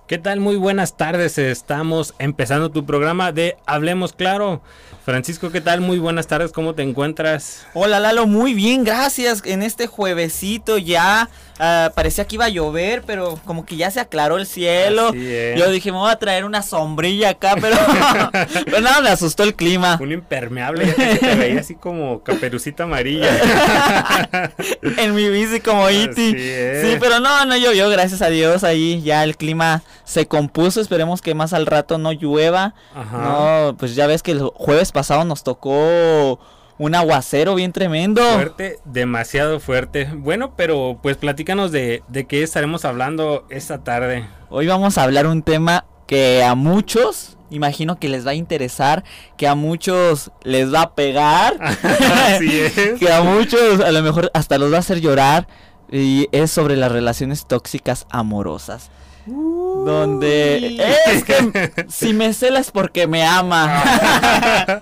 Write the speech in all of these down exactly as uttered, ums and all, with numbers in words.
¿Qué tal? Muy buenas tardes. Estamos empezando tu programa de Hablemos Claro. Francisco, ¿qué tal? Muy buenas tardes. ¿Cómo te encuentras? Hola Lalo, muy bien, gracias. En este juevesito ya uh, parecía que iba a llover, pero como que ya se aclaró el cielo. Yo dije, me voy a traer una sombrilla acá, pero, pero nada, me asustó el clima. Un impermeable, ya que te veía así como Caperucita Amarilla. En mi bici como E T Sí, pero no, no llovió, gracias a Dios. Ahí ya el clima se compuso. Esperemos que más al rato no llueva. Ajá. No, pues ya ves que el jueves pasado nos tocó un aguacero bien tremendo. Fuerte, demasiado fuerte. Bueno, pero pues platícanos de, de qué estaremos hablando esta tarde. Hoy vamos a hablar un tema que a muchos, imagino que les va a interesar, que a muchos les va a pegar. Así es. Que a muchos a lo mejor hasta los va a hacer llorar. Y es sobre las relaciones tóxicas amorosas. Uy. Donde es que si me cela es porque me ama.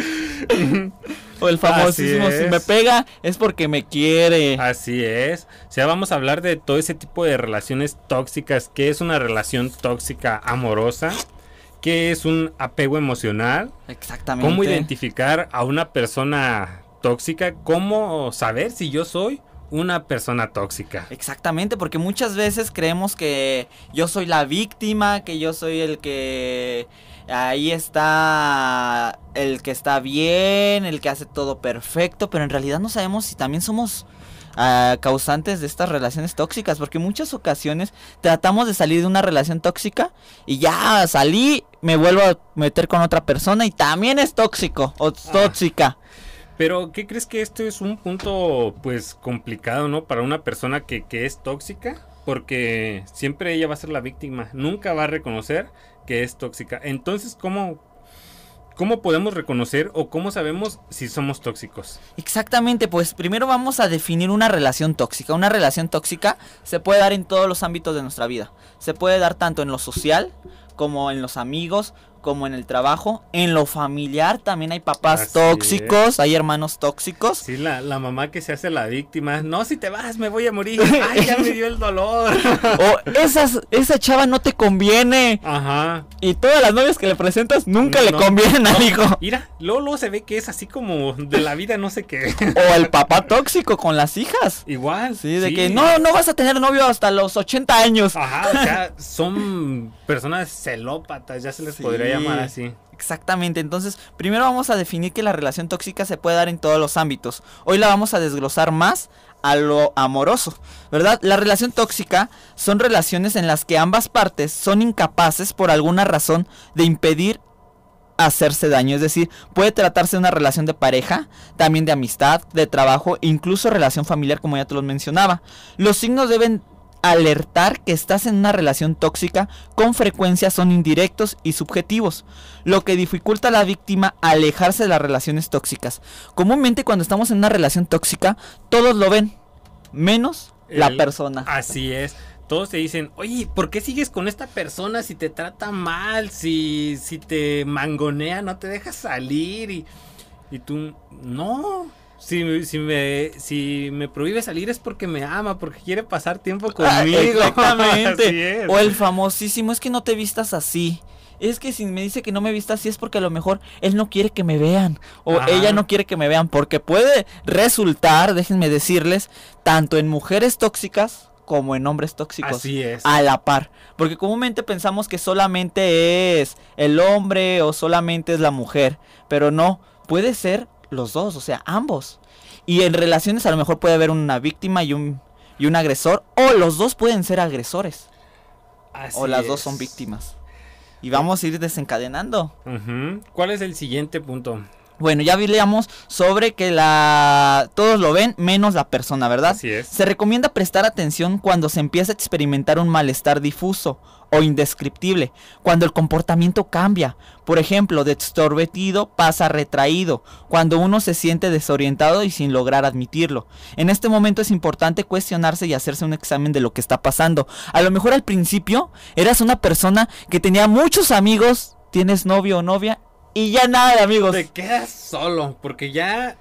O el famosísimo, si me pega es porque me quiere. Así es. O sea, vamos a hablar de todo ese tipo de relaciones tóxicas. ¿Qué es una relación tóxica amorosa? ¿Qué es un apego emocional? Exactamente. ¿Cómo identificar a una persona tóxica? ¿Cómo saber si yo soy una persona tóxica? Exactamente, porque muchas veces creemos que yo soy la víctima, que yo soy el que ahí está, el que está bien, el que hace todo perfecto, pero en realidad no sabemos si también somos uh, causantes de estas relaciones tóxicas, porque en muchas ocasiones tratamos de salir de una relación tóxica y ya salí, me vuelvo a meter con otra persona y también es tóxico o tóxica. Ah. Pero, ¿qué crees que esto es un punto, pues, complicado, ¿no? Para una persona que, que es tóxica, porque siempre ella va a ser la víctima, nunca va a reconocer que es tóxica. Entonces, ¿cómo, cómo podemos reconocer o cómo sabemos si somos tóxicos? Exactamente, pues primero vamos a definir una relación tóxica. Una relación tóxica se puede dar en todos los ámbitos de nuestra vida. Se puede dar tanto en lo social, como en los amigos, como en el trabajo, en lo familiar también hay papás Así tóxicos, es. Hay hermanos tóxicos. Sí, la, la mamá que se hace la víctima, no, si te vas me voy a morir, ay, ya me dio el dolor. O esas, esa chava no te conviene. Ajá. Y todas las novias que le presentas nunca no, le convienen no, al hijo. Mira, luego, luego se ve que es así como de la vida no sé qué. O el papá tóxico con las hijas. Igual. Sí, de sí. que no, no vas a tener novio hasta los ochenta años. Ajá, o sea, son personas celópatas, ya se les sí. podría llamar así. Exactamente, entonces primero vamos a definir que la relación tóxica se puede dar en todos los ámbitos. Hoy la vamos a desglosar más a lo amoroso, ¿verdad? La relación tóxica son relaciones en las que ambas partes son incapaces por alguna razón de impedir hacerse daño, es decir, puede tratarse de una relación de pareja, también de amistad, de trabajo, incluso relación familiar, como ya te lo mencionaba. Los signos deben alertar que estás en una relación tóxica con frecuencia son indirectos y subjetivos, lo que dificulta a la víctima alejarse de las relaciones tóxicas. Comúnmente cuando estamos en una relación tóxica, todos lo ven, menos El, la persona. Así es. Todos te dicen, oye, ¿por qué sigues con esta persona si te trata mal, si, si te mangonea, no te deja salir? Y, y tú, no... Si, si, me, si me prohíbe salir es porque me ama, porque quiere pasar tiempo conmigo. Ah, exactamente. O el famosísimo, es que no te vistas así. Es que si me dice que no me vista así es porque a lo mejor él no quiere que me vean. O Ajá. ella no quiere que me vean. Porque puede resultar, déjenme decirles, tanto en mujeres tóxicas como en hombres tóxicos. Así es. A la par. Porque comúnmente pensamos que solamente es el hombre o solamente es la mujer. Pero no, puede ser los dos, o sea, ambos. Y en relaciones a lo mejor puede haber una víctima y un, y un agresor, o los dos pueden ser agresores. Así o las es. dos son víctimas. Y vamos a ir desencadenando. Uh-huh. ¿Cuál es el siguiente punto? Bueno, ya hablamos sobre que la todos lo ven menos la persona, ¿verdad? Así es. Se recomienda prestar atención cuando se empieza a experimentar un malestar difuso o indescriptible, cuando el comportamiento cambia. Por ejemplo, de extrovertido pasa a retraído, cuando uno se siente desorientado y sin lograr admitirlo. En este momento es importante cuestionarse y hacerse un examen de lo que está pasando. A lo mejor al principio eras una persona que tenía muchos amigos, tienes novio o novia, y ya nada de amigos. Te quedas solo, porque ya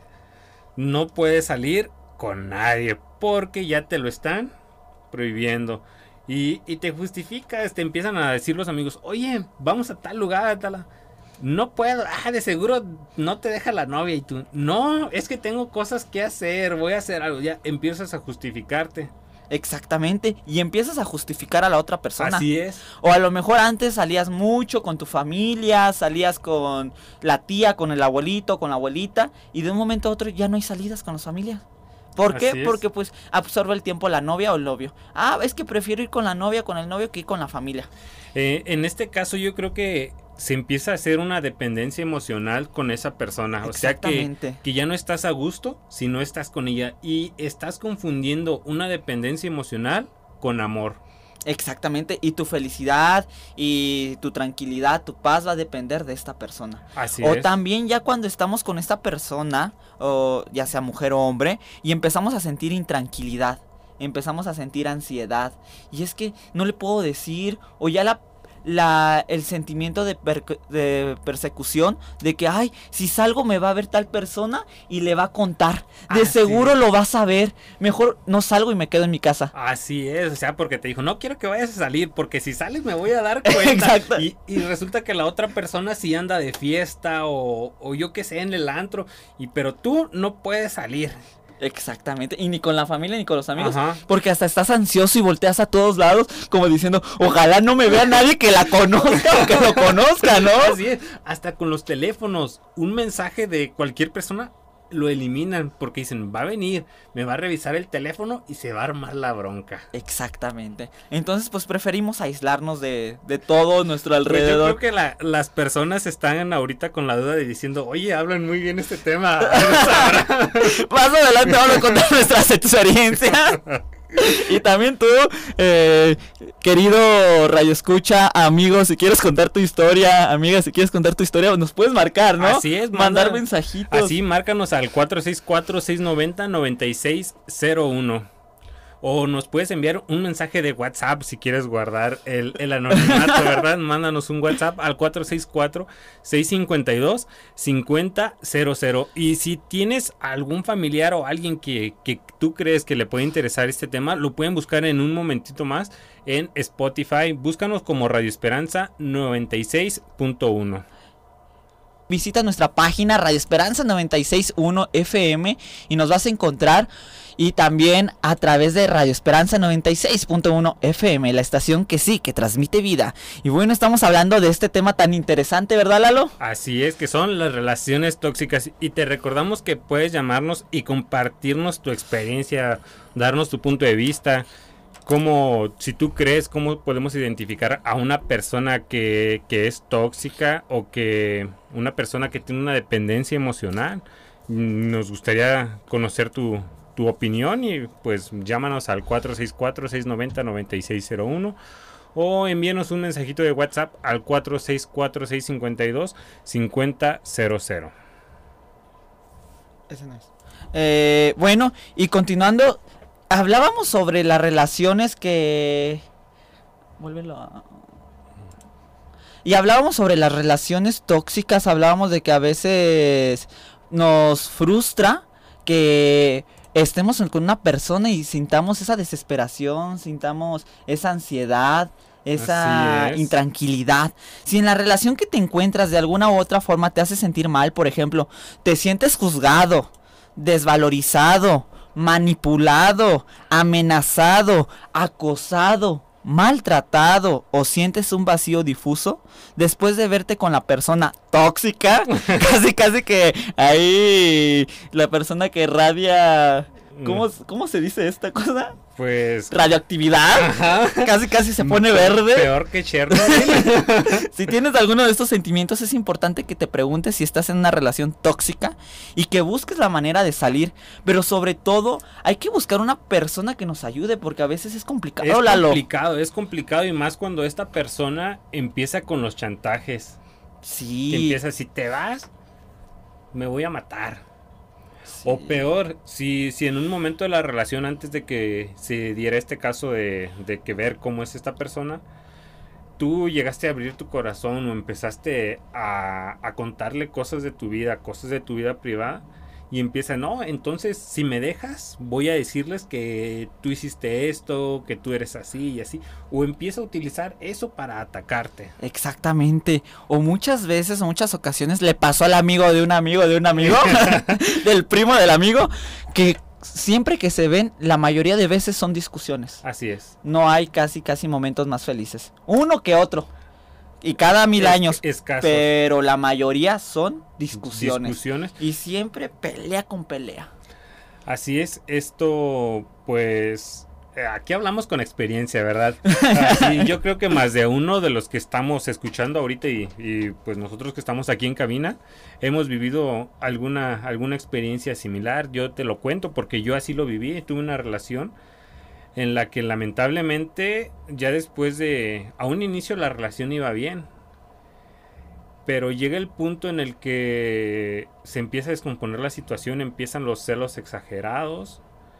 no puedes salir con nadie, porque ya te lo están prohibiendo. Y, y te justificas, te empiezan a decir los amigos, oye, vamos a tal lugar, a tal... No puedo, ah, de seguro no te deja la novia y tú, no, es que tengo cosas que hacer, voy a hacer algo, ya empiezas a justificarte. Exactamente, y empiezas a justificar a la otra persona. Así es. O a lo mejor antes salías mucho con tu familia, salías con la tía, con el abuelito, con la abuelita, y de un momento a otro ya no hay salidas con las familias. ¿Por qué? Así es. Porque pues absorbe el tiempo la novia o el novio. Ah, es que prefiero ir con la novia, con el novio que ir con la familia. Eh, en este caso yo creo que se empieza a hacer una dependencia emocional con esa persona. O sea que, que ya no estás a gusto si no estás con ella. Y estás confundiendo una dependencia emocional con amor. Exactamente, y tu felicidad y tu tranquilidad, tu paz va a depender de esta persona. Así o es. también ya cuando estamos con esta persona, o ya sea mujer o hombre, y empezamos a sentir intranquilidad, empezamos a sentir ansiedad, y es que no le puedo decir, o ya la La, el sentimiento de, per, de persecución, de que, ay, si salgo me va a ver tal persona y le va a contar, de ah, seguro sí. lo va a saber, mejor no salgo y me quedo en mi casa. Así es, o sea, porque te dijo, no quiero que vayas a salir, porque si sales me voy a dar cuenta. Exacto. Y, y resulta que la otra persona sí anda de fiesta o, o yo qué sé, en el antro, y pero tú no puedes salir. Exactamente, y ni con la familia ni con los amigos. Ajá. Porque hasta estás ansioso y volteas a todos lados como diciendo, ojalá no me vea nadie que la conozca o que lo conozca, ¿no? Así es, hasta con los teléfonos, un mensaje de cualquier persona lo eliminan porque dicen, va a venir, me va a revisar el teléfono y se va a armar la bronca. Exactamente. Entonces pues preferimos aislarnos de, de todo nuestro alrededor. Pues yo creo que la, las personas están ahorita con la duda de diciendo, oye, hablan muy bien este tema. Más adelante vamos a contar nuestras experiencias. Y también tú, eh, querido Radio Escucha, amigo, si quieres contar tu historia, amiga, si quieres contar tu historia, nos puedes marcar, ¿no? Así es, mandar manda, mensajitos. Así, márcanos al cuatro seis cuatro, seis nueve cero, nueve seis cero uno. O nos puedes enviar un mensaje de WhatsApp si quieres guardar el, el anonimato, ¿verdad? Mándanos un WhatsApp al cuatro seis cuatro, seis cinco dos, cinco cero cero cero. Y si tienes algún familiar o alguien que, que tú crees que le puede interesar este tema, lo pueden buscar en un momentito más en Spotify. Búscanos como Radio Esperanza noventa y seis punto uno. Visita nuestra página Radio Esperanza noventa y seis punto uno F M y nos vas a encontrar, y también a través de Radio Esperanza noventa y seis punto uno F M, la estación que sí, que transmite vida. Y bueno, estamos hablando de este tema tan interesante, ¿verdad, Lalo? Así es, que son las relaciones tóxicas, y te recordamos que puedes llamarnos y compartirnos tu experiencia, darnos tu punto de vista. Cómo, si tú crees, cómo podemos identificar a una persona que, que es tóxica, o que una persona que tiene una dependencia emocional. Nos gustaría conocer tu, tu opinión, y pues llámanos al cuatro seis cuatro, seis nueve cero, nueve seis cero uno o envíenos un mensajito de WhatsApp al cuatro seis cuatro, seis cinco dos, cinco cero cero cero. Ese no es. Eh, bueno, y continuando, hablábamos sobre las relaciones que... Vuélvelo a... Y hablábamos sobre las relaciones tóxicas, hablábamos de que a veces nos frustra que estemos con una persona y sintamos esa desesperación, sintamos esa ansiedad, esa intranquilidad. Si en la relación que te encuentras de alguna u otra forma te hace sentir mal, por ejemplo, te sientes juzgado, desvalorizado, manipulado, amenazado, acosado, maltratado, o sientes un vacío difuso después de verte con la persona tóxica, casi casi que ahí la persona que radia, ¿cómo, cómo se dice esta cosa? Pues radioactividad. Ajá. Casi casi se pone verde. Peor que Chernobyl. Si tienes alguno de estos sentimientos, es importante que te preguntes si estás en una relación tóxica y que busques la manera de salir. Pero sobre todo, hay que buscar una persona que nos ayude, porque a veces es complicado, es Lalo. complicado, es complicado, y más cuando esta persona empieza con los chantajes. Sí. Que empieza, si te vas, me voy a matar. Sí. O peor, si, si en un momento de la relación, antes de que se diera este caso de, de que ver cómo es esta persona, tú llegaste a abrir tu corazón o empezaste a, a contarle cosas de tu vida, cosas de tu vida privada, Y empieza, no, entonces si me dejas, voy a decirles que tú hiciste esto, que tú eres así y así. O empieza a utilizar eso para atacarte. Exactamente. O muchas veces, o muchas ocasiones le pasó al amigo de un amigo de un amigo, del primo del amigo, que siempre que se ven, la mayoría de veces son discusiones. Así es. No hay casi, casi momentos más felices. Uno que otro. Y cada mil Es- años. escasos. Pero la mayoría son discusiones. Discusiones. Y siempre pelea con pelea. Así es, esto pues eh, aquí hablamos con experiencia, ¿verdad? Así, yo creo que más de uno de los que estamos escuchando ahorita y, y, pues nosotros que estamos aquí en cabina hemos vivido alguna, alguna experiencia similar. Yo te lo cuento porque yo así lo viví, tuve una relación en la que lamentablemente ya después de, a un inicio la relación iba bien, pero llega el punto en el que se empieza a descomponer la situación, empiezan los celos exagerados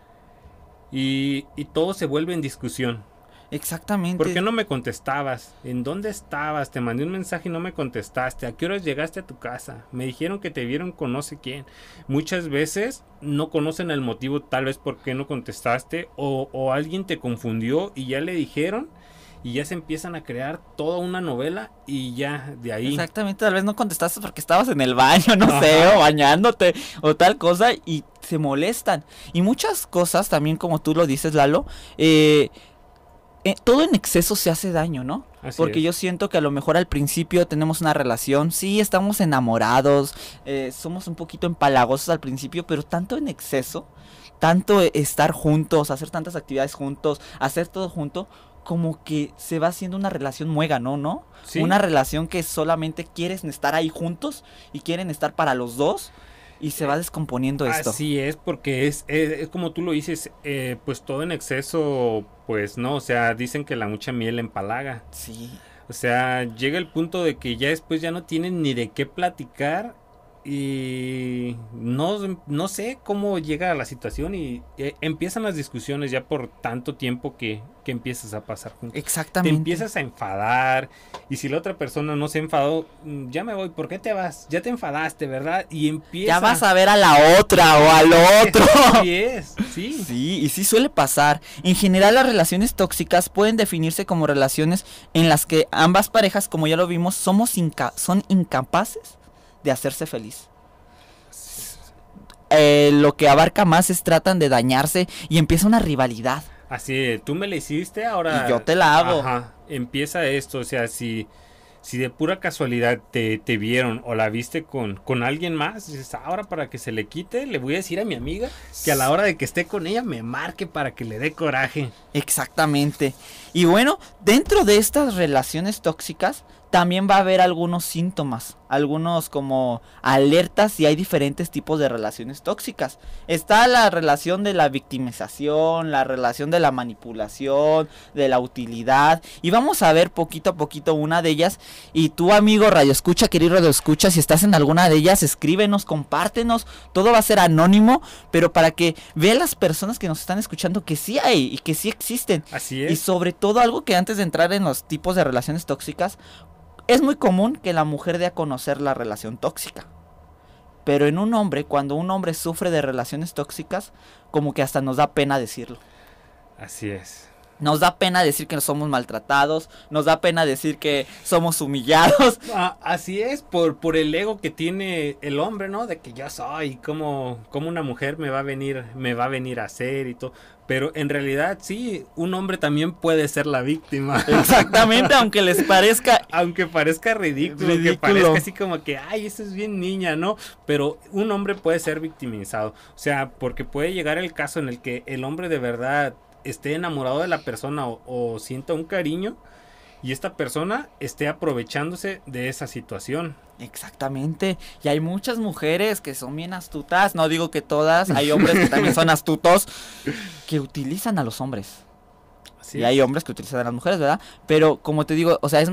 y, y todo se vuelve en discusión. Exactamente. ¿Por qué no me contestabas? ¿En dónde estabas? Te mandé un mensaje y no me contestaste. ¿A qué horas llegaste a tu casa? Me dijeron que te vieron con no sé quién. Muchas veces no conocen el motivo tal vez por qué no contestaste o, o alguien te confundió y ya le dijeron y ya se empiezan a crear toda una novela y ya de ahí. Exactamente, tal vez no contestaste porque estabas en el baño, no Ajá. sé, o bañándote o tal cosa y se molestan. Y muchas cosas también, como tú lo dices, Lalo, eh, eh, todo en exceso se hace daño, ¿no? Así Porque es. yo siento que a lo mejor al principio tenemos una relación, sí, estamos enamorados, eh, somos un poquito empalagosos al principio, pero tanto en exceso, tanto eh, estar juntos, hacer tantas actividades juntos, hacer todo junto, como que se va haciendo una relación muégano, ¿no? Sí. Una relación que solamente quieren estar ahí juntos y quieren estar para los dos y se va descomponiendo esto. Así es, porque es, es, es como tú lo dices, eh, pues todo en exceso, pues no, o sea, dicen que la mucha miel empalaga. Sí. O sea, llega el punto de que ya después ya no tienen ni de qué platicar y no, no sé cómo llega a la situación y eh, empiezan las discusiones ya por tanto tiempo que, que empiezas a pasar juntos. Te Exactamente. empiezas a enfadar y si la otra persona no se enfadó, "Mm, ya me voy, ¿por qué te vas? Ya te enfadaste, ¿verdad?" Y empieza... Ya vas a ver a la otra o al otro. Así es, sí. Sí, y sí suele pasar. En general las relaciones tóxicas pueden definirse como relaciones en las que ambas parejas, como ya lo vimos, somos inca- son incapaces de hacerse feliz. Eh, lo que abarca más es tratan de dañarse y empieza una rivalidad. Así, tú me la hiciste, ahora... Y yo te la hago. Ajá, empieza esto, o sea, si, si de pura casualidad te, te vieron o la viste con, con alguien más, dices, ahora para que se le quite, le voy a decir a mi amiga que a la hora de que esté con ella me marque para que le dé coraje. Exactamente. Y bueno, dentro de estas relaciones tóxicas también va a haber algunos síntomas, algunos como alertas y hay diferentes tipos de relaciones tóxicas. Está la relación de la victimización, la relación de la manipulación, de la utilidad y vamos a ver poquito a poquito una de ellas. Y tú, amigo Radio Escucha, querido Radio Escucha, si estás en alguna de ellas, escríbenos, compártenos, todo va a ser anónimo, pero para que vean las personas que nos están escuchando que sí hay y que sí existen. Así Y es. sobre todo algo que antes de entrar en los tipos de relaciones tóxicas, es muy común que la mujer dé a conocer la relación tóxica. Pero en un hombre, cuando un hombre sufre de relaciones tóxicas, como que hasta nos da pena decirlo. Así es. Nos da pena decir que somos maltratados, nos da pena decir que somos humillados. Ah, así es, por, por el ego que tiene el hombre, ¿no? De que yo soy, como, como una mujer me va a venir, me va a venir a hacer y todo. Pero en realidad sí, un hombre también puede ser la víctima. Exactamente, aunque les parezca. Aunque parezca ridículo, Ridículo. que parezca así como que, ay, eso es bien niña, ¿no? Pero un hombre puede ser victimizado. O sea, porque puede llegar el caso en el que el hombre de verdad esté enamorado de la persona o, o sienta un cariño y esta persona esté aprovechándose de esa situación. Exactamente, y hay muchas mujeres que son bien astutas, no digo que todas, hay hombres que también son astutos, que utilizan a los hombres. Así Y es. hay hombres que utilizan a las mujeres, ¿verdad? Pero como te digo, o sea, es,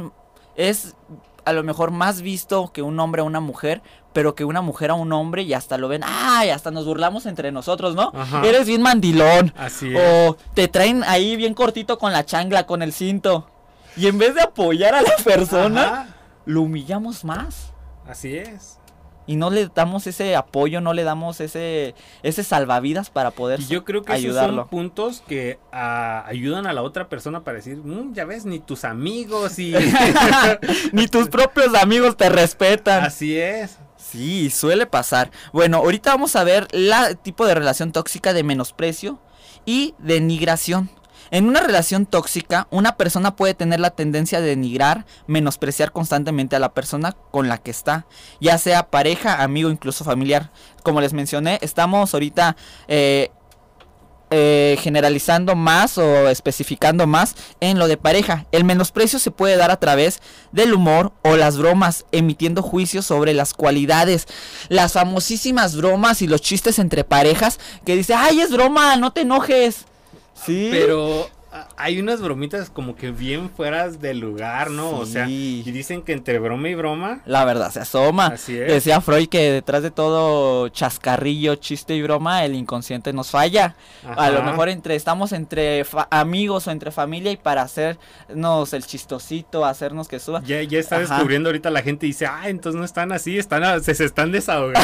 es a lo mejor más visto que un hombre a una mujer, pero que una mujer a un hombre y hasta lo ven, ¡ay! Hasta nos burlamos entre nosotros, ¿no? Ajá. Eres bien mandilón. Así es. O te traen ahí bien cortito con la chancla, con el cinto. Y en vez de apoyar a la persona, Ajá. lo humillamos más. Así es. y no le damos ese apoyo, no le damos ese ese salvavidas para poder y yo creo que ayudarlo. Esos son puntos que uh, ayudan a la otra persona para decir, mmm, ya ves, ni tus amigos y ni tus propios amigos te respetan. Así es. Sí, suele pasar. Bueno, ahorita vamos a ver el tipo de relación tóxica de menosprecio y denigración. En una relación tóxica, una persona puede tener la tendencia de denigrar, menospreciar constantemente a la persona con la que está, ya sea pareja, amigo, incluso familiar. Como les mencioné, estamos ahorita eh, eh, generalizando más o especificando más en lo de pareja. El menosprecio se puede dar a través del humor o las bromas, emitiendo juicios sobre las cualidades. Las famosísimas bromas y los chistes entre parejas que dice, ay, es broma, no te enojes. Sí. Pero hay unas bromitas como que bien fueras de lugar, ¿no? Sí. O sea, y dicen que entre broma y broma la verdad se asoma. Así es. Decía Freud que detrás de todo chascarrillo, chiste y broma, el inconsciente nos falla. Ajá. A lo mejor entre estamos entre amigos o entre familia y para hacernos el chistosito, hacernos que suba. Ya, ya está Ajá. descubriendo ahorita la gente y dice, ah, entonces no están así, están a, se, se están desahogando.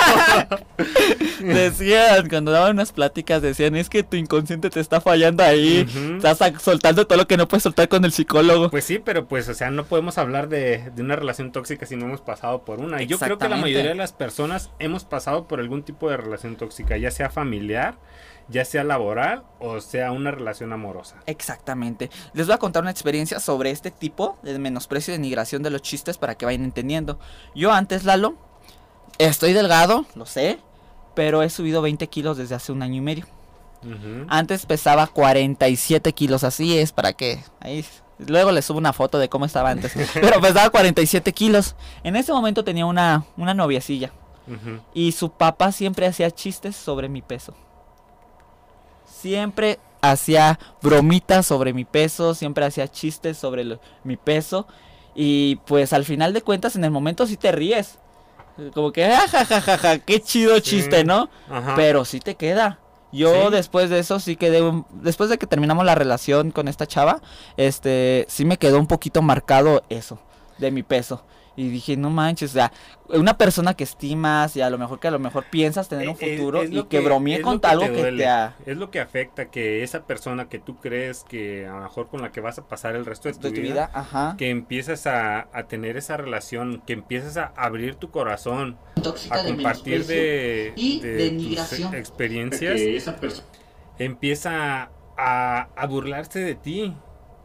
Decían, cuando daban unas pláticas, decían, es que tu inconsciente te está fallando ahí. Uh-huh. Estás soltando todo lo que no puedes soltar con el psicólogo. Pues sí, pero pues, o sea, no podemos hablar de, de una relación tóxica si no hemos pasado por una. Y yo creo que la mayoría de las personas hemos pasado por algún tipo de relación tóxica, ya sea familiar, ya sea laboral o sea una relación amorosa. Exactamente. Les voy a contar una experiencia sobre este tipo de menosprecio y denigración de los chistes para que vayan entendiendo. Yo antes, Lalo, estoy delgado, lo sé, pero he subido veinte kilos desde hace un año y medio. Uh-huh. Antes pesaba cuarenta y siete kilos, así es, para que ahí luego les subo una foto de cómo estaba antes. Pero pesaba cuarenta y siete kilos. En ese momento tenía una, una noviecilla. Uh-huh. Y su papá siempre hacía chistes sobre mi peso. Siempre hacía bromitas sobre mi peso, siempre hacía chistes sobre lo, mi peso. Y pues al final de cuentas en el momento sí te ríes. Como que, jajajaja, ja, ja, ja, qué chido chiste, sí. ¿no? Ajá. Pero sí te queda. Yo ¿Sí? después de eso sí quedé, un, después de que terminamos la relación con esta chava, este, sí me quedó un poquito marcado eso, de mi peso. Y dije, no manches, o sea, una persona que estimas y a lo mejor que a lo mejor piensas tener un futuro es, es y que, que bromee con que algo te que te ha... Es lo que afecta, que esa persona que tú crees que a lo mejor con la que vas a pasar el resto de tu, de tu vida, vida ajá. que empiezas a, a tener esa relación, que empiezas a abrir tu corazón, tóxica a compartir de, y de, de tus experiencias, esa persona empieza a, a burlarse de ti.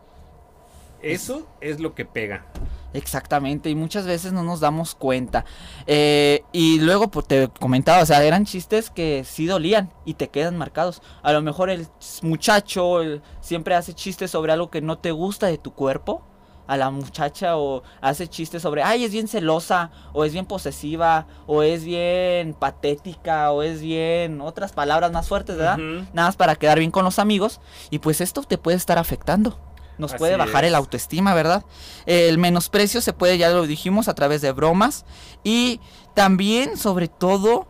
Eso es lo que pega. Exactamente, y muchas veces no nos damos cuenta. Eh, y luego pues, te comentaba, o sea, eran chistes que sí dolían y te quedan marcados. A lo mejor el muchacho el, siempre hace chistes sobre algo que no te gusta de tu cuerpo. A la muchacha o hace chistes sobre, ay, es bien celosa, o es bien posesiva, o es bien patética, o es bien, otras palabras más fuertes, ¿verdad? Uh-huh. Nada más para quedar bien con los amigos. Y pues esto te puede estar afectando. Nos Así puede bajar es. el autoestima, ¿verdad? El menosprecio se puede, ya lo dijimos, a través de bromas. Y también, sobre todo,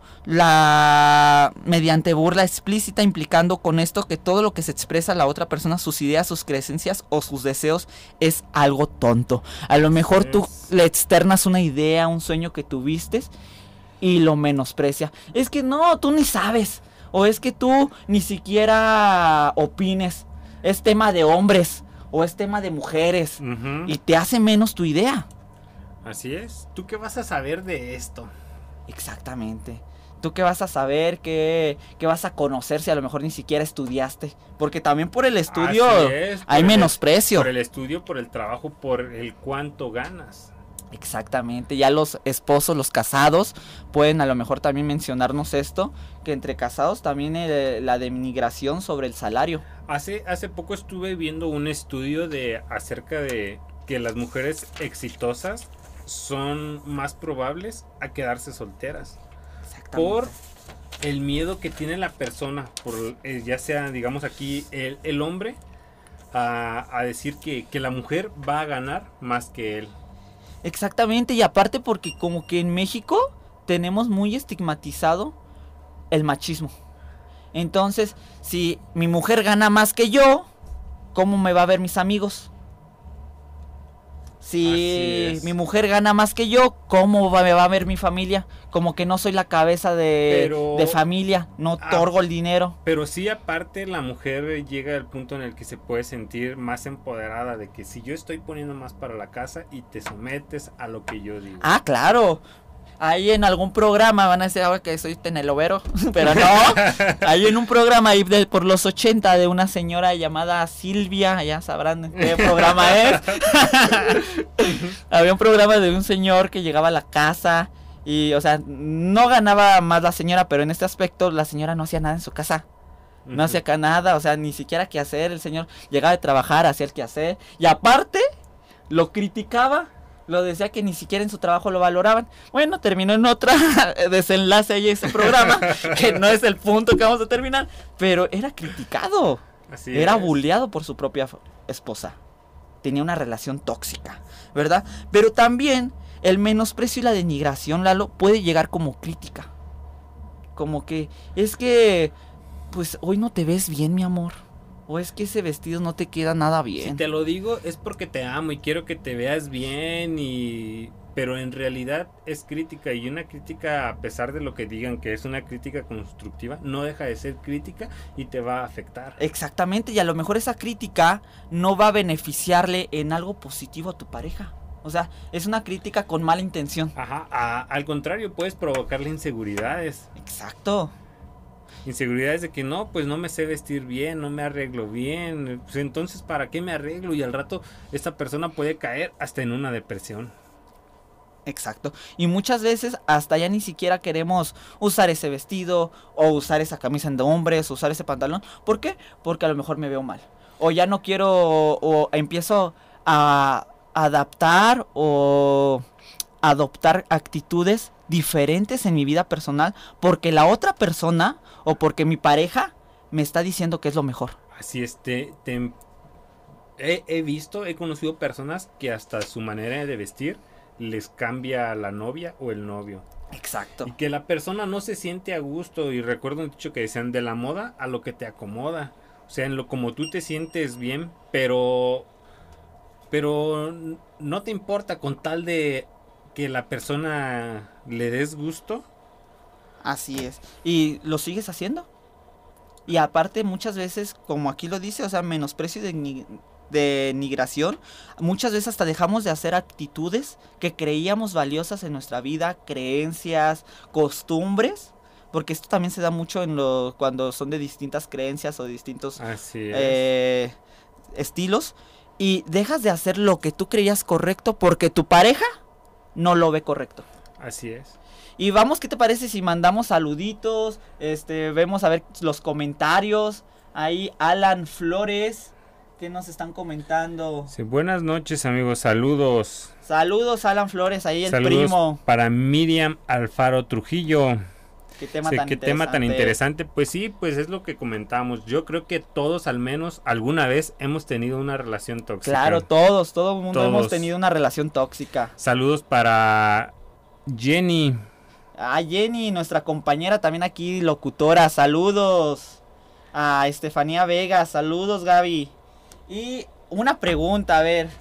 la mediante burla explícita, implicando con esto que todo lo que se expresa a la otra persona, sus ideas, sus creencias o sus deseos, es algo tonto. A lo mejor tú le externas una idea, un sueño que tuviste y lo menosprecia. Es que no, tú ni sabes. O es que tú ni siquiera opines. Es tema de hombres. O es tema de mujeres. Uh-huh. Y te hace menos tu idea. Así es. ¿Tú qué vas a saber de esto? Exactamente. ¿Tú qué vas a saber? ¿Qué, qué vas a conocer si a lo mejor ni siquiera estudiaste? Porque también por el estudio es, hay menosprecio. Por el estudio, por el trabajo, por el cuánto ganas. Exactamente, ya los esposos, los casados, pueden a lo mejor también mencionarnos esto, que entre casados también eh, la denigración sobre el salario. Hace, hace poco estuve viendo un estudio de acerca de que las mujeres exitosas son más probables a quedarse solteras. Por el miedo que tiene la persona, por eh, ya sea, digamos aquí, el, el hombre, a, a decir que, que la mujer va a ganar más que él. Exactamente, y aparte porque como que en México tenemos muy estigmatizado el machismo. Entonces, si mi mujer gana más que yo, ¿cómo me va a ver mis amigos? Si mi mujer gana más que yo, ¿cómo va, me va a ver mi familia? Como que no soy la cabeza de, pero, de familia, no otorgo ah, el dinero. Pero sí, aparte, la mujer llega al punto en el que se puede sentir más empoderada de que si yo estoy poniendo más para la casa y te sometes a lo que yo digo. Ah, claro. Ahí en algún programa van a decir ahora que soy tenelovero, pero no. Ahí en un programa ahí de, por los ochenta de una señora llamada Silvia, ya sabrán qué programa es. Había un programa de un señor que llegaba a la casa y, o sea, no ganaba más la señora, pero en este aspecto la señora no hacía nada en su casa. No uh-huh. hacía acá nada, o sea, ni siquiera qué hacer. El señor llegaba de trabajar, hacía el quehacer y aparte lo criticaba. Lo decía que ni siquiera en su trabajo lo valoraban. Bueno, terminó en otra desenlace ahí ese programa, que no es el punto que vamos a terminar, pero era criticado. Así era es. Bulleado por su propia esposa. Tenía una relación tóxica, ¿verdad? Pero también el menosprecio y la denigración, Lalo, puede llegar como crítica. Como que, es que, pues hoy no te ves bien, mi amor. O es que ese vestido no te queda nada bien. Si te lo digo es porque te amo y quiero que te veas bien y... Pero en realidad es crítica y una crítica, a pesar de lo que digan que es una crítica constructiva, no deja de ser crítica y te va a afectar. Exactamente, y a lo mejor esa crítica no va a beneficiarle en algo positivo a tu pareja. O sea, es una crítica con mala intención. Ajá, a, al contrario, puedes provocarle inseguridades. Exacto. Inseguridades de que no, pues no me sé vestir bien, no me arreglo bien, pues entonces ¿para qué me arreglo? Y al rato esta persona puede caer hasta en una depresión. Exacto, y muchas veces hasta ya ni siquiera queremos usar ese vestido o usar esa camisa de hombres, usar ese pantalón. ¿Por qué? Porque a lo mejor me veo mal. O ya no quiero, o, o empiezo a adaptar o adoptar actitudes diferentes en mi vida personal porque la otra persona o porque mi pareja me está diciendo que es lo mejor. Así es, te, te, he, he visto, he conocido personas que hasta su manera de vestir les cambia la novia o el novio. Exacto. Y que la persona no se siente a gusto. Y recuerdo un dicho que decían, de la moda a lo que te acomoda. O sea, en lo como tú te sientes bien, pero pero no te importa con tal de que la persona le des gusto. Así es. ¿Y lo sigues haciendo? Y aparte muchas veces, como aquí lo dice, o sea, menosprecio de ni- denigración, muchas veces hasta dejamos de hacer actitudes que creíamos valiosas en nuestra vida, creencias, costumbres, porque esto también se da mucho en lo cuando son de distintas creencias o distintos eh, estilos, y dejas de hacer lo que tú creías correcto porque tu pareja no lo ve correcto. Así es. Y vamos, ¿qué te parece si mandamos saluditos? Este, vemos a ver los comentarios. Ahí Alan Flores, ¿qué nos están comentando? Sí, buenas noches, amigos, saludos. Saludos, Alan Flores, ahí el saludos primo. Para Miriam Alfaro Trujillo. Qué tema sí, tan qué interesante. tema tan interesante. Pues sí, pues es lo que comentábamos. Yo creo que todos al menos alguna vez hemos tenido una relación tóxica. Claro, todos, todo el mundo todos. hemos tenido una relación tóxica. Saludos para Jenny. Ah, Jenny, nuestra compañera también aquí, locutora, saludos. A Estefanía Vega, saludos, Gaby. Y una pregunta, a ver.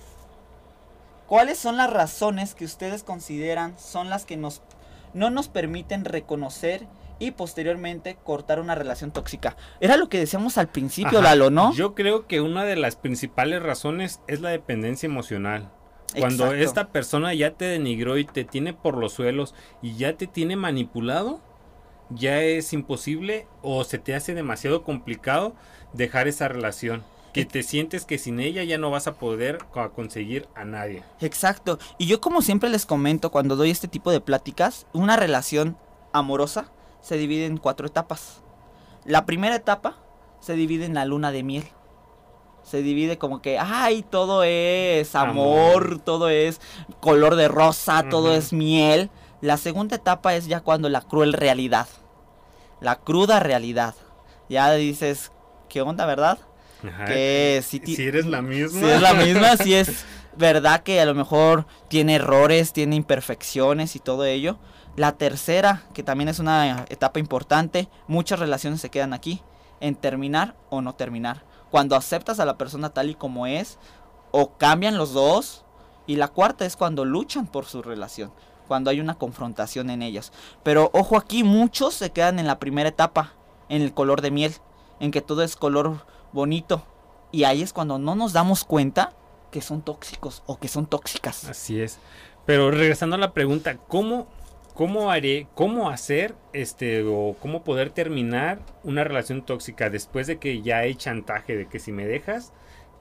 ¿Cuáles son las razones que ustedes consideran son las que nos no nos permiten reconocer y posteriormente cortar una relación tóxica? Era lo que decíamos al principio, Ajá, Lalo, ¿no? Yo creo que una de las principales razones es la dependencia emocional. Cuando Exacto. esta persona ya te denigró y te tiene por los suelos y ya te tiene manipulado, ya es imposible o se te hace demasiado complicado dejar esa relación. Que te sientes que sin ella ya no vas a poder conseguir a nadie. Exacto. Y yo, como siempre les comento cuando doy este tipo de pláticas, una relación amorosa se divide en cuatro etapas. La primera etapa se divide en la luna de miel. Se divide como que, ay, todo es amor, amor. Todo es color de rosa, uh-huh. todo es miel. La segunda etapa es ya cuando la cruel realidad. La cruda realidad. Ya dices, ¿qué onda, verdad? Ajá. Que si, ti- si eres la misma. Si es la misma, si es verdad que a lo mejor tiene errores, tiene imperfecciones y todo ello. La tercera, que también es una etapa importante, muchas relaciones se quedan aquí, en terminar o no terminar. Cuando aceptas a la persona tal y como es, o cambian los dos, Y la cuarta es cuando luchan por su relación, cuando hay una confrontación en ellos. Pero ojo aquí, muchos se quedan en la primera etapa, en el color de miel, en que todo es color bonito. Y ahí es cuando no nos damos cuenta que son tóxicos o que son tóxicas. Así es. Pero regresando a la pregunta, ¿cómo, cómo haré, cómo hacer este o cómo poder terminar una relación tóxica después de que ya hay chantaje de que si me dejas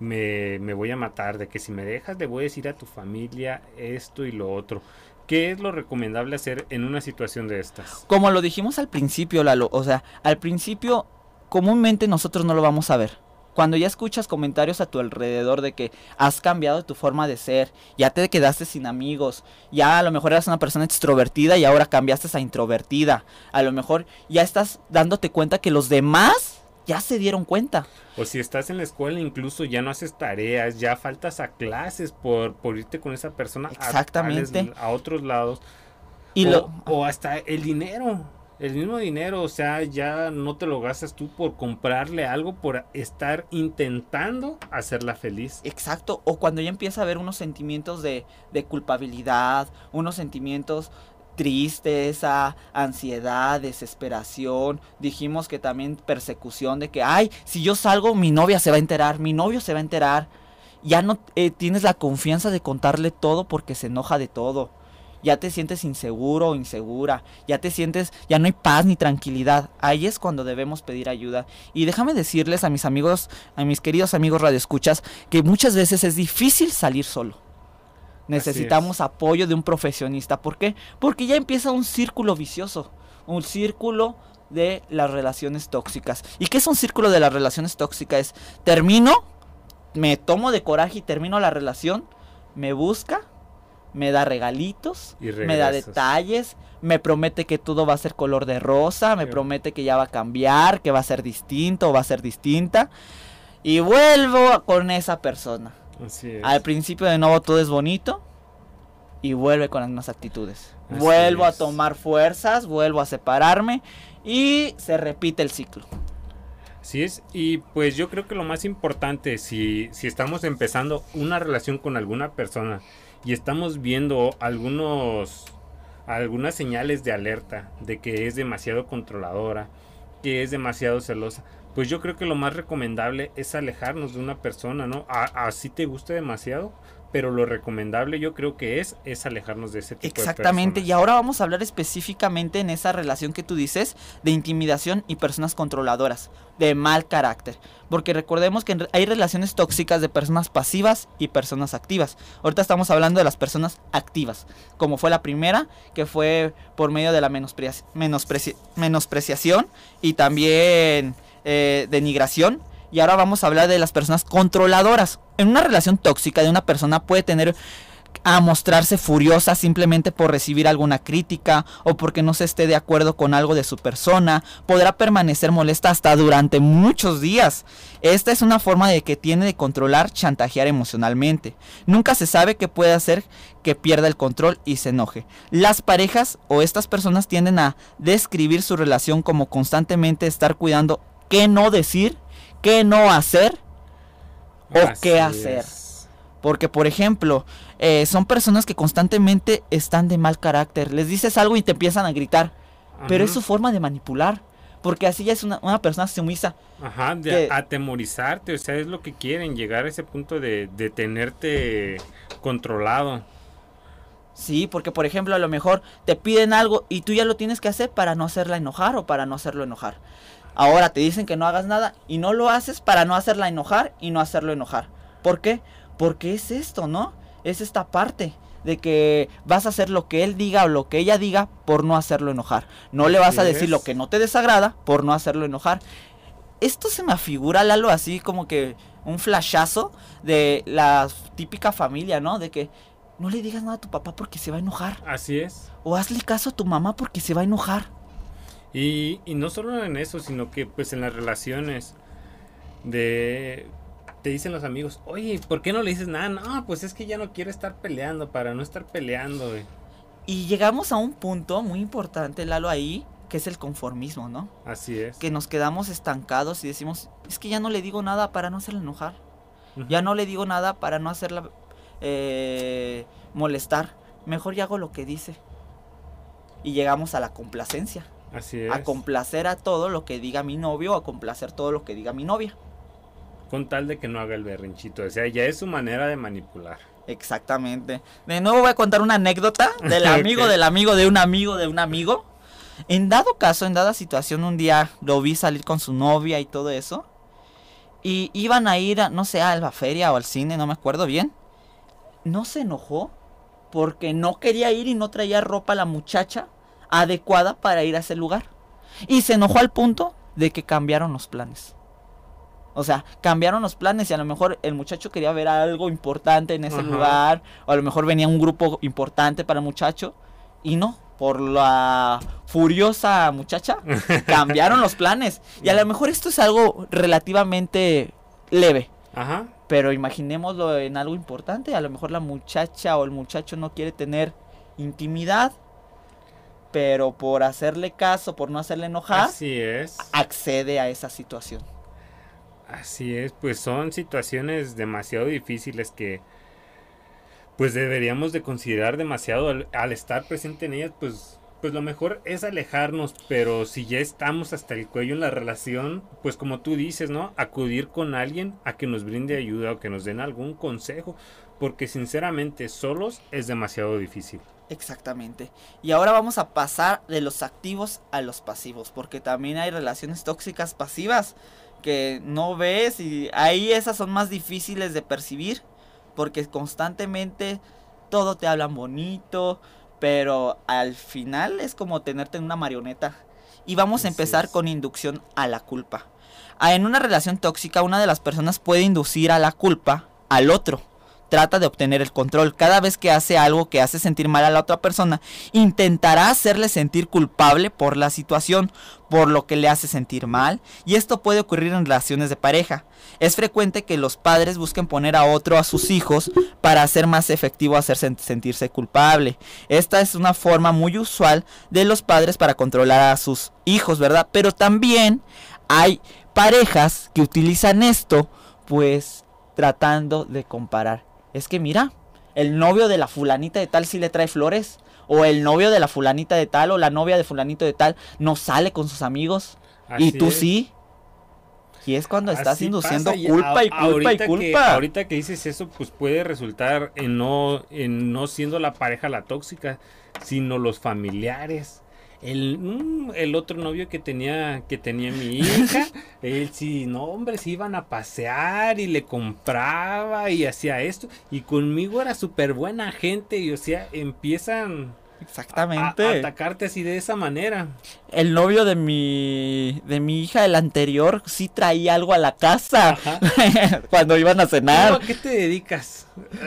me, me voy a matar, de que si me dejas le voy a decir a tu familia esto y lo otro? ¿Qué es lo recomendable hacer en una situación de estas? Como lo dijimos al principio, Lalo, o sea, al principio comúnmente nosotros no lo vamos a ver. Cuando ya escuchas comentarios a tu alrededor de que has cambiado tu forma de ser, ya te quedaste sin amigos, ya a lo mejor eras una persona extrovertida y ahora cambiaste a introvertida, a lo mejor ya estás dándote cuenta que los demás ya se dieron cuenta. O si estás en la escuela incluso ya no haces tareas, ya faltas a clases por, por irte con esa persona. Exactamente. A, tales, a otros lados. Y o, lo... o hasta el dinero. El mismo dinero, o sea, ya no te lo gastas tú por comprarle algo, por estar intentando hacerla feliz. Exacto, o cuando ya empieza a haber unos sentimientos de, de culpabilidad, unos sentimientos tristeza, ansiedad, desesperación. Dijimos que también persecución de que, ay, si yo salgo mi novia se va a enterar, mi novio se va a enterar. Ya no eh, tienes la confianza de contarle todo porque se enoja de todo. Ya te sientes inseguro o insegura, ya te sientes, ya no hay paz ni tranquilidad. Ahí es cuando debemos pedir ayuda. Y déjame decirles a mis amigos, a mis queridos amigos radioescuchas, que muchas veces es difícil salir solo. Necesitamos apoyo de un profesionista. ¿Por qué? Porque ya empieza un círculo vicioso, un círculo de las relaciones tóxicas. ¿Y qué es un círculo de las relaciones tóxicas? Es, termino, me tomo de coraje y termino la relación, me busca, me da regalitos, me da detalles, me promete que todo va a ser color de rosa, me sí. promete que ya va a cambiar, que va a ser distinto o va a ser distinta. Y vuelvo con esa persona. Así es. Al principio de nuevo todo es bonito y vuelve con las mismas actitudes. Así vuelvo es. a tomar fuerzas, vuelvo a separarme y se repite el ciclo. Así es, y pues yo creo que lo más importante, si, si estamos empezando una relación con alguna persona y estamos viendo algunos algunas señales de alerta de que es demasiado controladora, que es demasiado celosa, pues yo creo que lo más recomendable es alejarnos de una persona, ¿no? A, así te guste demasiado, pero lo recomendable yo creo que es, es alejarnos de ese tipo de personas. Exactamente, y ahora vamos a hablar específicamente en esa relación que tú dices de intimidación y personas controladoras, de mal carácter. Porque recordemos que hay relaciones tóxicas de personas pasivas y personas activas. Ahorita estamos hablando de las personas activas, como fue la primera, que fue por medio de la menosprecia- menospreci- menospreciación y también eh, denigración. Y ahora vamos a hablar de las personas controladoras. En una relación tóxica de una persona puede tener a mostrarse furiosa simplemente por recibir alguna crítica o porque no se esté de acuerdo con algo de su persona. Podrá permanecer molesta hasta durante muchos días. Esta es una forma de que tiene de controlar, chantajear emocionalmente. Nunca se sabe qué puede hacer que pierda el control y se enoje. Las parejas o estas personas tienden a describir su relación como constantemente estar cuidando qué no decir, qué no hacer o Así qué hacer. Es. Porque, por ejemplo, eh, son personas que constantemente están de mal carácter. Les dices algo y te empiezan a gritar. Ajá. Pero es su forma de manipular. Porque así ya es una, una persona sumisa. Ajá, de que, atemorizarte. O sea, es lo que quieren, llegar a ese punto de, de tenerte controlado. Sí, porque por ejemplo a lo mejor te piden algo y tú ya lo tienes que hacer para no hacerla enojar o para no hacerlo enojar. Ahora te dicen que no hagas nada y no lo haces para no hacerla enojar y no hacerlo enojar. ¿Por qué? Porque es esto, ¿no? Es esta parte de que vas a hacer lo que él diga o lo que ella diga por no hacerlo enojar. No le vas a decir lo que no te desagrada por no hacerlo enojar. Esto se me afigura, Lalo, así como que un flashazo de la típica familia, ¿no? De que no le digas nada a tu papá porque se va a enojar. Así es. O hazle caso a tu mamá porque se va a enojar. Y, y no solo en eso, sino que pues en las relaciones de te dicen los amigos, oye, ¿por qué no le dices nada? No, pues es que ya no quiero estar peleando, para no estar peleando, güey. Y llegamos a un punto muy importante, Lalo, ahí, que es el conformismo, ¿no? Así es. Que nos quedamos estancados y decimos, es que ya no le digo nada para no hacerla enojar. Uh-huh. Ya no le digo nada para no hacerla eh, molestar, mejor ya hago lo que dice. Y llegamos a la complacencia. Así es. A complacer a todo lo que diga mi novio, a complacer todo lo que diga mi novia. Con tal de que no haga el berrinchito. O sea, ya es su manera de manipular. Exactamente. De nuevo voy a contar una anécdota del amigo, okay. del amigo, de un amigo, de un amigo. En dado caso, en dada situación, un día lo vi salir con su novia y todo eso. Y iban a ir, a, no sé, a la feria o al cine, no me acuerdo bien. No se enojó porque no quería ir y no traía ropa la muchacha adecuada para ir a ese lugar. Y se enojó al punto de que cambiaron los planes. O sea, cambiaron los planes y a lo mejor el muchacho quería ver algo importante en ese Ajá. lugar. O a lo mejor venía un grupo importante para el muchacho. Y no, por la furiosa muchacha, cambiaron los planes. Y a lo mejor esto es algo relativamente leve. Ajá. Pero imaginémoslo en algo importante. A lo mejor la muchacha o el muchacho no quiere tener intimidad. Pero por hacerle caso, por no hacerle enojar, Así es. accede a esa situación. Así es, pues son situaciones demasiado difíciles que pues deberíamos de considerar demasiado al, al estar presente en ellas, pues, pues lo mejor es alejarnos, pero si ya estamos hasta el cuello en la relación, pues como tú dices, ¿no? Acudir con alguien a que nos brinde ayuda o que nos den algún consejo, porque sinceramente solos es demasiado difícil. Exactamente. Y ahora vamos a pasar de los activos a los pasivos, porque también hay relaciones tóxicas pasivas que no ves y ahí esas son más difíciles de percibir porque constantemente todo te hablan bonito, pero al final es como tenerte en una marioneta. Y vamos a empezar Así es. Con inducción a la culpa. En una relación tóxica, una de las personas puede inducir a la culpa al otro. Trata de obtener el control. Cada vez que hace algo que hace sentir mal a la otra persona, intentará hacerle sentir culpable por la situación, por lo que le hace sentir mal. Y esto puede ocurrir en relaciones de pareja. Es frecuente que los padres busquen poner a otro a sus hijos para hacer más efectivo hacerse sentirse culpable. Esta es una forma muy usual de los padres para controlar a sus hijos, ¿verdad? Pero también hay parejas que utilizan esto, pues tratando de comparar. Es que mira, el novio de la fulanita de tal sí le trae flores. O el novio de la fulanita de tal o la novia de fulanito de tal no sale con sus amigos. Así y tú es. Sí. Y es cuando estás Así induciendo culpa y, a, y culpa y culpa. Que, ahorita que dices eso, pues puede resultar en no, en no siendo la pareja la tóxica, sino los familiares. El, mm, el otro novio que tenía que tenía mi hija, él sí, no hombre, se iban a pasear y le compraba y hacía esto, y conmigo era súper buena gente, y o sea, empiezan Exactamente. A, a atacarte así de esa manera. El novio de mi de mi hija, el anterior, sí traía algo a la casa cuando iban a cenar. ¿A qué te dedicas?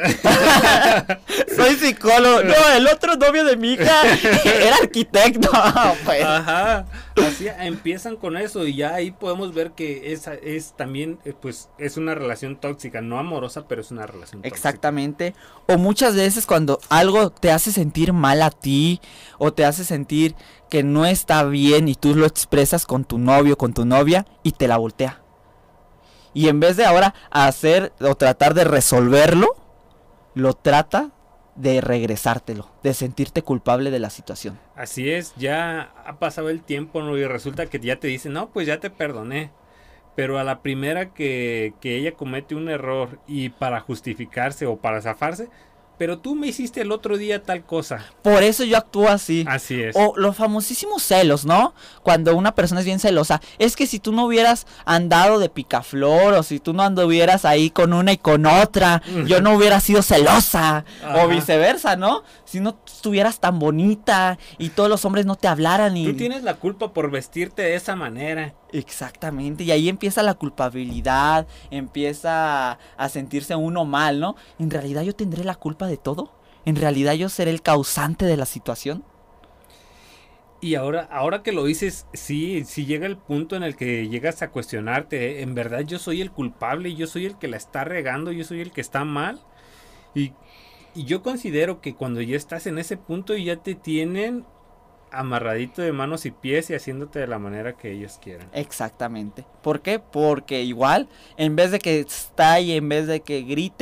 Soy psicólogo. No, el otro novio de mi hija era arquitecto. Pues. Ajá. Así empiezan con eso y ya ahí podemos ver que esa es también, pues, es una relación tóxica, no amorosa, pero es una relación tóxica. Exactamente. O muchas veces cuando algo te hace sentir mal a ti o te hace sentir que no está bien y tú lo expresas con tu novio, con tu novia y te la voltea. Y en vez de ahora hacer o tratar de resolverlo, lo trata de regresártelo, de sentirte culpable de la situación. Así es, ya ha pasado el tiempo, ¿no? Y resulta que ya te dicen, no, pues ya te perdoné. Pero a la primera que, que ella comete un error y para justificarse o para zafarse, pero tú me hiciste el otro día tal cosa. Por eso yo actúo así. Así es. O los famosísimos celos, ¿no? Cuando una persona es bien celosa. Es que si tú no hubieras andado de picaflor o si tú no anduvieras ahí con una y con otra, yo no hubiera sido celosa. Ajá. O viceversa, ¿no? Si no estuvieras tan bonita y todos los hombres no te hablaran. Y... Tú tienes la culpa por vestirte de esa manera. Exactamente, y ahí empieza la culpabilidad, empieza a sentirse uno mal, ¿no? ¿En realidad yo tendré la culpa de todo? ¿En realidad yo seré el causante de la situación? Y ahora, ahora que lo dices, sí, sí llega el punto en el que llegas a cuestionarte, ¿eh? En verdad yo soy el culpable, yo soy el que la está regando, yo soy el que está mal. Y, y yo considero que cuando ya estás en ese punto y ya te tienen amarradito de manos y pies y haciéndote de la manera que ellos quieran. Exactamente. ¿Por qué? Porque igual, en vez de que estalle, en vez de que grite,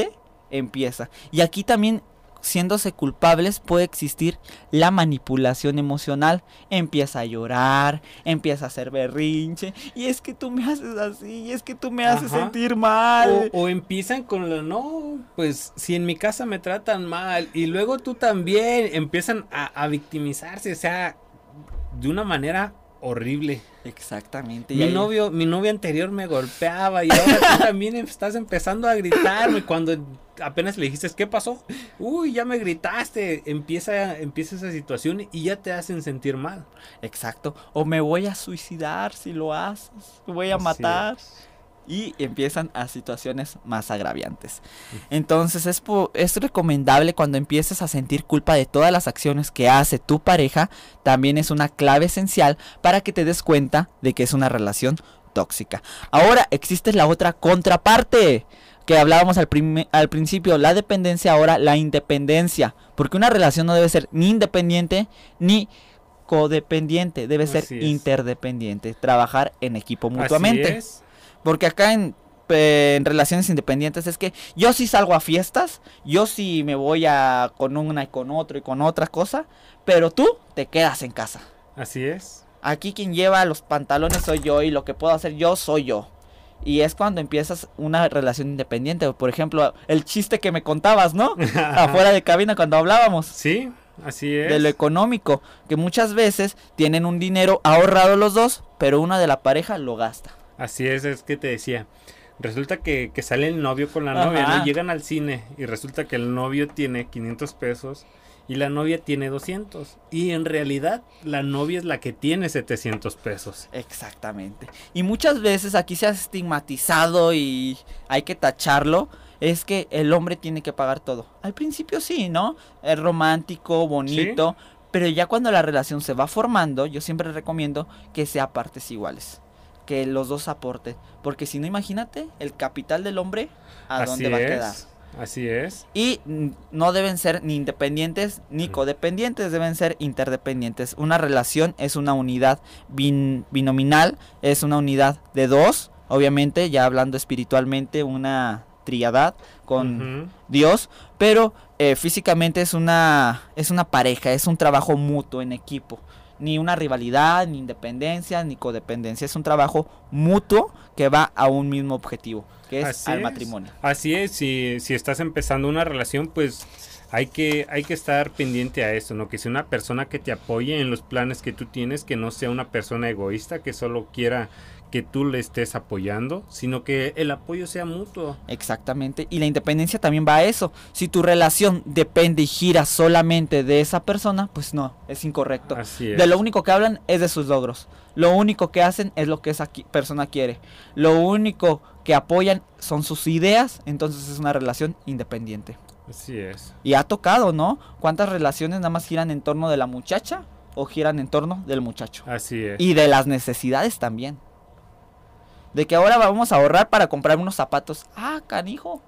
empieza. Y aquí también, siéndose culpables, puede existir la manipulación emocional. Empieza a llorar, empieza a hacer berrinche, y es que tú me haces así, y es que tú me haces Ajá. sentir mal. O, o empiezan con lo, no, pues si en mi casa me tratan mal, y luego tú también, empiezan a, a victimizarse, o sea, de una manera horrible. Exactamente. Mi y ahí- novio, mi novio anterior me golpeaba y ahora tú también estás empezando a gritarme cuando apenas le dijiste, ¿qué pasó? Uy, ya me gritaste. Empieza, empieza esa situación y ya te hacen sentir mal. Exacto. O me voy a suicidar si lo haces. Me voy a Así matar. Y empiezan a situaciones más agraviantes. Entonces es, po- es recomendable, cuando empieces a sentir culpa de todas las acciones que hace tu pareja, también es una clave esencial para que te des cuenta de que es una relación tóxica. Ahora existe la otra contraparte que hablábamos al, prime- al principio, la dependencia, ahora la independencia. Porque una relación no debe ser ni independiente ni codependiente, debe ser Así es. interdependiente, trabajar en equipo mutuamente. Así es. Porque acá en, eh, en relaciones independientes es que yo sí salgo a fiestas, yo sí me voy a con una y con otro y con otra cosa, pero tú te quedas en casa. Así es. Aquí quien lleva los pantalones soy yo y lo que puedo hacer yo soy yo. Y es cuando empiezas una relación independiente. Por ejemplo, el chiste que me contabas, ¿no? Afuera de cabina cuando hablábamos. Sí, así es. De lo económico, que muchas veces tienen un dinero ahorrado los dos, pero una de la pareja lo gasta. Así es, es que te decía. Resulta que, que sale el novio con la Ajá. novia, ¿no? Llegan al cine y resulta que el novio tiene quinientos pesos y la novia tiene doscientos. Y en realidad la novia es la que tiene setecientos pesos. Exactamente. Y muchas veces aquí se ha estigmatizado y hay que tacharlo. Es que el hombre tiene que pagar todo. Al principio sí, ¿no? Es romántico, bonito. Sí. Pero ya cuando la relación se va formando, yo siempre recomiendo que sea partes iguales. Que los dos aporten. Porque si no, imagínate el capital del hombre a Así dónde va a quedar. es. Así es. Y mm, no deben ser ni independientes ni Mm. codependientes, deben ser interdependientes. Una relación es una unidad bin- binominal, es una unidad de dos, obviamente, ya hablando espiritualmente, una triadad con Ujú. Dios, pero eh, físicamente es una, es una pareja, es un trabajo mutuo en equipo. Ni una rivalidad, ni independencia, ni codependencia. Es un trabajo mutuo que va a un mismo objetivo, que es Así al es. matrimonio. Así es, si, si estás empezando una relación, pues hay que, hay que estar pendiente a eso, ¿no? Que sea una persona que te apoye en los planes que tú tienes, que no sea una persona egoísta que solo quiera que tú le estés apoyando, sino que el apoyo sea mutuo. Exactamente, y la independencia también va a eso. Si tu relación depende y gira solamente de esa persona, pues no, es incorrecto. Así es. De lo único que hablan es de sus logros. Lo único que hacen es lo que esa qui- persona quiere. Lo único que apoyan son sus ideas, entonces es una relación independiente. Así es. Y ha tocado, ¿no? ¿Cuántas relaciones nada más giran en torno de la muchacha o giran en torno del muchacho? Así es. Y de las necesidades también. De que ahora vamos a ahorrar para comprar unos zapatos. Ah, canijo.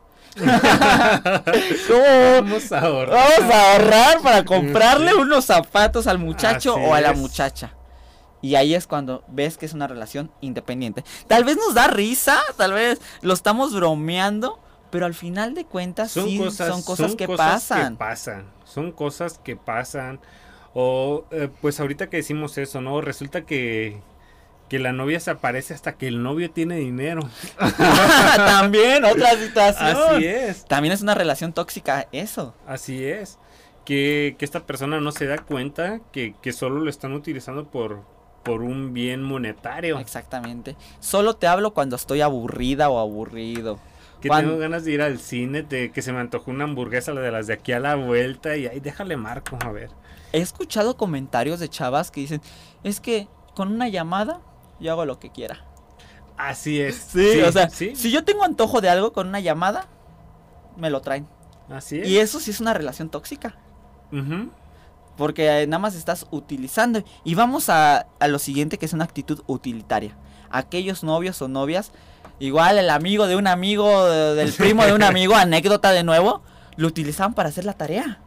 ¿Cómo? Vamos a ahorrar. Vamos a ahorrar para comprarle unos zapatos al muchacho Así o a la es. muchacha. Y ahí es cuando ves que es una relación independiente. Tal vez nos da risa, tal vez lo estamos bromeando, pero al final de cuentas Son sí cosas, son cosas son que cosas pasan. que pasan. Son cosas que pasan. O eh, pues ahorita que decimos eso, ¿no? Resulta que, que la novia se aparece hasta que el novio tiene dinero. También otra situación. Así es. También es una relación tóxica eso. Así es. Que, que esta persona no se da cuenta que, que solo lo están utilizando por, por un bien monetario. Exactamente. Solo te hablo cuando estoy aburrida o aburrido. Que Cuan- tengo ganas de ir al cine, de que se me antojó una hamburguesa, la de las de aquí a la vuelta, y ahí déjale marco, a ver. He escuchado comentarios de chavas que dicen, es que con una llamada yo hago lo que quiera. Así es. Sí, o sea, sí, si yo tengo antojo de algo con una llamada, me lo traen. así es. Y eso sí es una relación tóxica. Ujú. Porque eh, nada más estás utilizando. Y vamos a, a lo siguiente, que es una actitud utilitaria. Aquellos novios o novias, igual el amigo de un amigo, de- del primo de un amigo, anécdota de nuevo, lo utilizaban para hacer la tarea.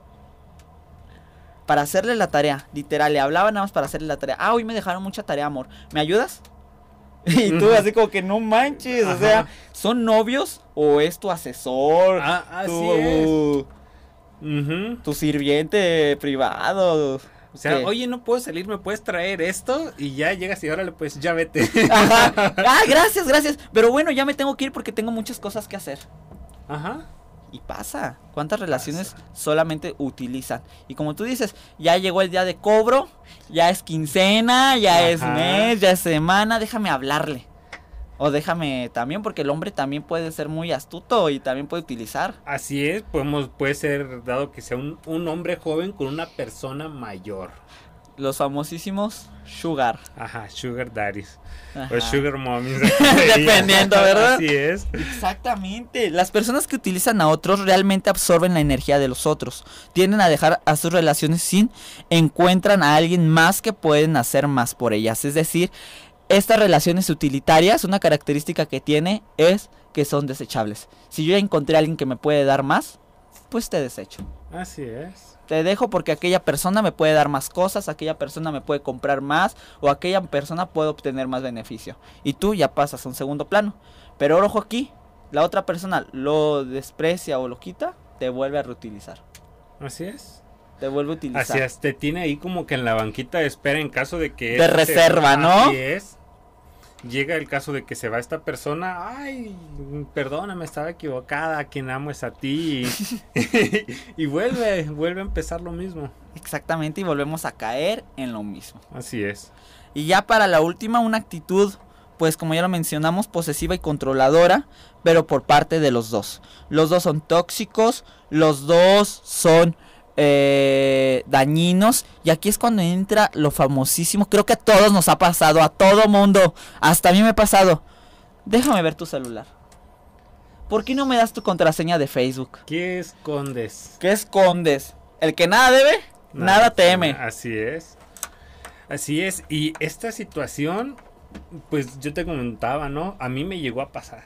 Para hacerle la tarea, literal, le hablaban nada más para hacerle la tarea. Ah, hoy me dejaron mucha tarea, amor. ¿Me ayudas? Y tú así como que no manches, Ajá. o sea, ¿son novios o es tu asesor? Ah, así tu, es. Ujú. tu sirviente privado. O sea, ¿Qué? oye, no puedo salir, ¿me puedes traer esto? Y ya llegas y órale, pues ya vete. Ajá. Ah, gracias, gracias. Pero bueno, ya me tengo que ir porque tengo muchas cosas que hacer. Ajá. Y pasa. ¿Cuántas relaciones Pasa. solamente utilizan? Y como tú dices, ya llegó el día de cobro, ya es quincena, ya Ajá. es mes, ya es semana, déjame hablarle. O déjame también, porque el hombre también puede ser muy astuto y también puede utilizar. Así es, podemos, puede ser dado que sea un, un hombre joven con una persona mayor. Los famosísimos sugar. Ajá, sugar daddies. Ajá. O sugar mommies. Dependiendo, ¿verdad? Así es. Exactamente. Las personas que utilizan a otros realmente absorben la energía de los otros. Tienden a dejar a sus relaciones sin encuentran a alguien más que pueden hacer más por ellas. Es decir, estas relaciones utilitarias, una característica que tiene es que son desechables. Si yo ya encontré a alguien que me puede dar más, pues te desecho. Así es. Te dejo porque aquella persona me puede dar más cosas, aquella persona me puede comprar más o aquella persona puede obtener más beneficio. Y tú ya pasas a un segundo plano. Pero ojo aquí, la otra persona lo desprecia o lo quita, te vuelve a reutilizar. Así es. Te vuelve a utilizar. Así es, te tiene ahí como que en la banquita de espera en caso de que... De reserva, ¿no? Así es. Llega el caso de que se va esta persona, ay, perdóname, estaba equivocada, a quien amo es a ti. Y, y vuelve, vuelve a empezar lo mismo. Exactamente, y volvemos a caer en lo mismo. Así es. Y ya para la última, una actitud, pues como ya lo mencionamos, posesiva y controladora, pero por parte de los dos. Los dos son tóxicos, los dos son eh, dañinos, y aquí es cuando entra lo famosísimo, creo que a todos nos ha pasado, a todo mundo, hasta a mí me ha pasado. Déjame ver tu celular. ¿Por qué no me das tu contraseña de Facebook? ¿Qué escondes? ¿Qué escondes? El que nada debe, nada, nada teme. Así es. Así es. Y esta situación, pues yo te comentaba, ¿no? A mí me llegó a pasar.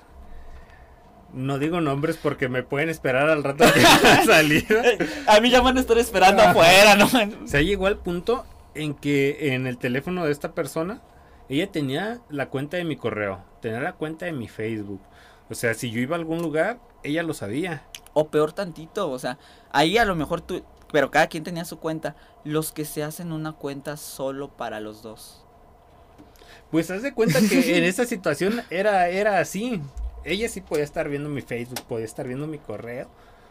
No digo nombres porque me pueden esperar al rato de la salida. A mí ya van a estar esperando afuera, ¿no? O sea, llegó al punto en que en el teléfono de esta persona, ella tenía la cuenta de mi correo, tenía la cuenta de mi Facebook. O sea, si yo iba a algún lugar, ella lo sabía. O peor tantito, o sea, ahí a lo mejor tú, pero cada quien tenía su cuenta. Los que se hacen una cuenta solo para los dos. Pues haz de cuenta que en esa situación era, era así. Ella sí podía estar viendo mi Facebook, podía estar viendo mi correo.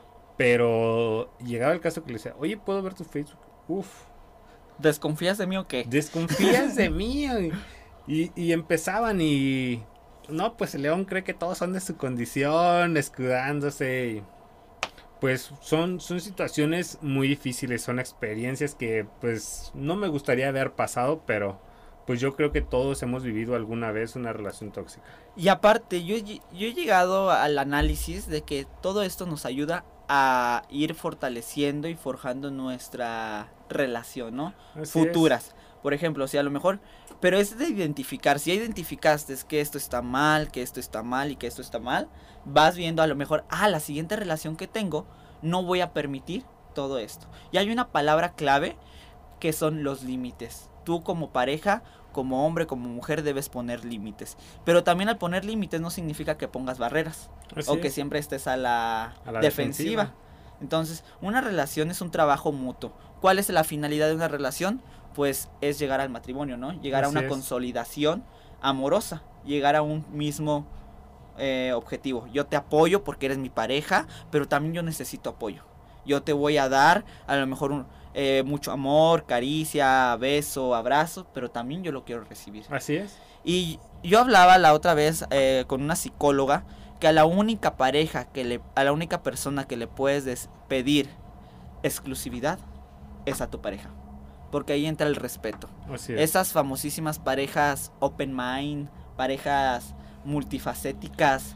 Pero llegaba el caso que le decía, oye, ¿puedo ver tu Facebook? Uf. ¿Desconfías de mí o qué? ¿Desconfías de mí? Y, y empezaban y... No, pues el león cree que todos son de su condición, escudándose. Y pues son, son situaciones muy difíciles, son experiencias que pues no me gustaría haber pasado, pero pues yo creo que todos hemos vivido alguna vez una relación tóxica. Y aparte, yo, yo he llegado al análisis de que todo esto nos ayuda a ir fortaleciendo y forjando nuestra relación, ¿no? Así Futuras. es. Por ejemplo, si a lo mejor, pero es de identificar, si ya identificaste que esto está mal, que esto está mal y que esto está mal, vas viendo a lo mejor, ah, la siguiente relación que tengo, no voy a permitir todo esto. Y hay una palabra clave que son los límites. Tú como pareja, como hombre, como mujer debes poner límites. Pero también al poner límites no significa que pongas barreras. Así o que es. siempre estés a la, A la defensiva. defensiva. Entonces, una relación es un trabajo mutuo. ¿Cuál es la finalidad de una relación? Pues es llegar al matrimonio, ¿no? Llegar Así a una es. consolidación amorosa. Llegar a un mismo eh, objetivo. Yo te apoyo porque eres mi pareja, pero también yo necesito apoyo. Yo te voy a dar a lo mejor un, eh, mucho amor, caricia, beso, abrazo, pero también yo lo quiero recibir. Así es. Y yo hablaba la otra vez eh, con una psicóloga que a la única pareja, que le, a la única persona que le puedes des- pedir exclusividad es a tu pareja. Porque ahí entra el respeto. Así es. Esas famosísimas parejas open mind, parejas multifacéticas,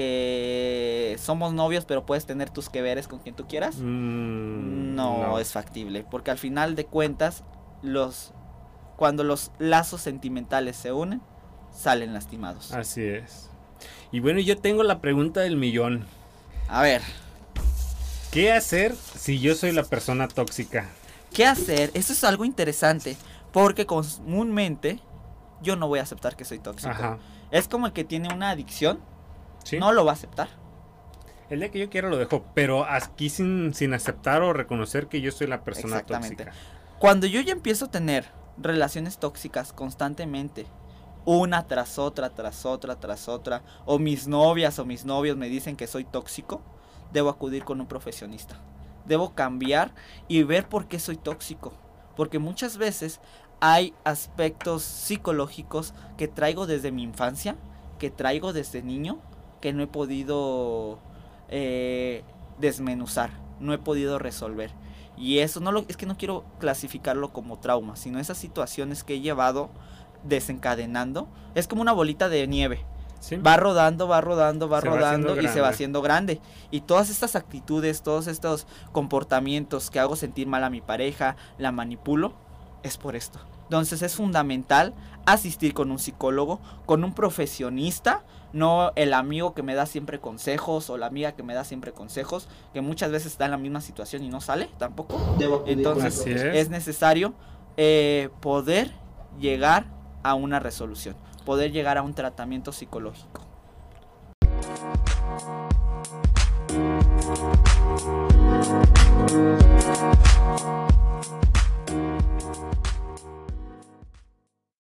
que somos novios pero puedes tener tus que veres con quien tú quieras. Mm, no, no. es factible, porque al final de cuentas, los cuando los lazos sentimentales se unen, salen lastimados. Así es. Y bueno, yo tengo la pregunta del millón. A ver, ¿Qué hacer si yo soy la persona tóxica? ¿qué hacer? Esto es algo interesante, porque comúnmente yo no voy a aceptar que soy tóxico. Ajá. Es como el que tiene una adicción, ¿Sí? no lo va a aceptar. El día que yo quiera lo dejo, pero aquí sin, sin aceptar o reconocer que yo soy la persona Exactamente. tóxica. Cuando yo ya empiezo a tener relaciones tóxicas constantemente, una tras otra, tras otra, tras otra, o mis novias o mis novios me dicen que soy tóxico, debo acudir con un profesionista. Debo cambiar y ver por qué soy tóxico. Porque muchas veces hay aspectos psicológicos que traigo desde mi infancia, que traigo desde niño, que no he podido eh, desmenuzar, no he podido resolver. Y eso no lo, es que no quiero clasificarlo como trauma, sino esas situaciones que he llevado desencadenando. Es como una bolita de nieve. ¿Sí? Va rodando, va rodando, va Se va rodando haciendo y se va grande. haciendo grande. Y todas estas actitudes, todos estos comportamientos que hago sentir mal a mi pareja, la manipulo, es por esto. Entonces es fundamental asistir con un psicólogo, con un profesionista, no el amigo que me da siempre consejos o la amiga que me da siempre consejos, que muchas veces está en la misma situación y no sale tampoco. Entonces Así es. es necesario eh, poder llegar a una resolución, poder llegar a un tratamiento psicológico.